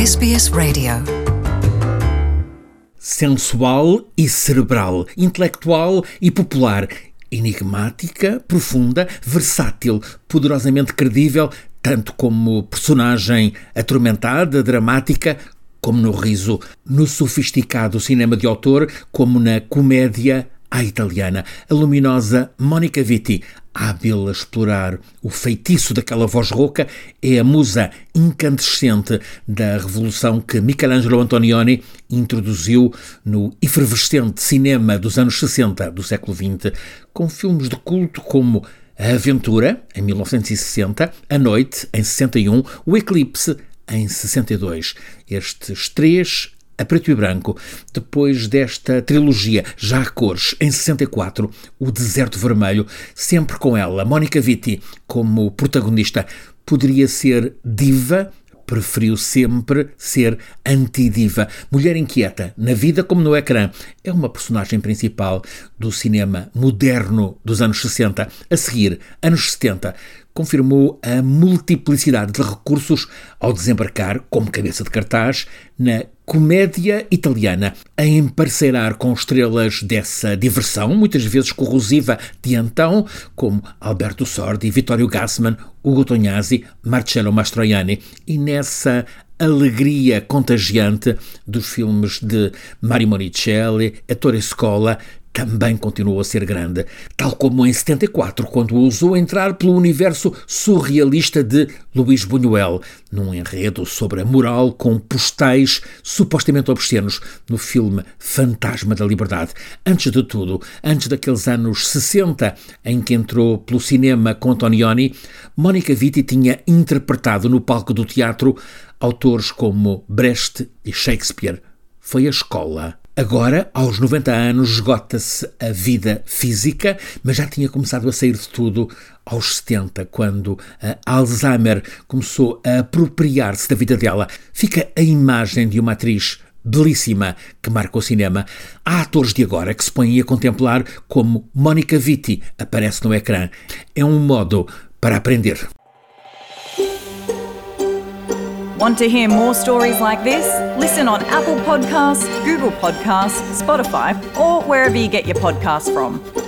SBS Radio. Sensual e cerebral, intelectual e popular, enigmática, profunda, versátil, poderosamente credível, tanto como personagem atormentada, dramática, como no riso, no sofisticado cinema de autor, como na comédia à italiana. A luminosa Monica Vitti, hábil a explorar o feitiço daquela voz rouca, é a musa incandescente da revolução que Michelangelo Antonioni introduziu no efervescente cinema dos anos 60 do século XX, com filmes de culto como A Aventura, em 1960, A Noite, em 61, O Eclipse, em 62. Estes três a preto e branco. Depois desta trilogia, já a cores, em 64, O Deserto Vermelho, sempre com ela, Monica Vitti, como protagonista. Poderia ser diva, preferiu sempre ser antidiva. Mulher inquieta, na vida como no ecrã. É uma personagem principal do cinema moderno dos anos 60. A seguir, anos 70, confirmou a multiplicidade de recursos ao desembarcar, como cabeça de cartaz, na comédia italiana, a emparceirar com estrelas dessa diversão, muitas vezes corrosiva, de então, como Alberto Sordi, Vittorio Gassman, Ugo Tognazzi, Marcello Mastroianni, e nessa alegria contagiante dos filmes de Mario Monicelli, Ettore Scola, também continuou a ser grande, tal como em 74, quando ousou entrar pelo universo surrealista de Luís Buñuel, num enredo sobre a moral com postais supostamente obscenos no filme Fantasma da Liberdade. Antes de tudo, antes daqueles anos 60 em que entrou pelo cinema com Antonioni, Monica Vitti tinha interpretado no palco do teatro autores como Brecht e Shakespeare. Foi a escola. Agora, aos 90 anos, esgota-se a vida física, mas já tinha começado a sair de tudo aos 70, quando a Alzheimer começou a apropriar-se da vida dela. Fica a imagem de uma atriz belíssima que marca o cinema. Há atores de agora que se põem a contemplar como Monica Vitti aparece no ecrã. É um modo para aprender. Want to hear more stories like this? Listen on Apple Podcasts, Google Podcasts, Spotify, or wherever you get your podcasts from.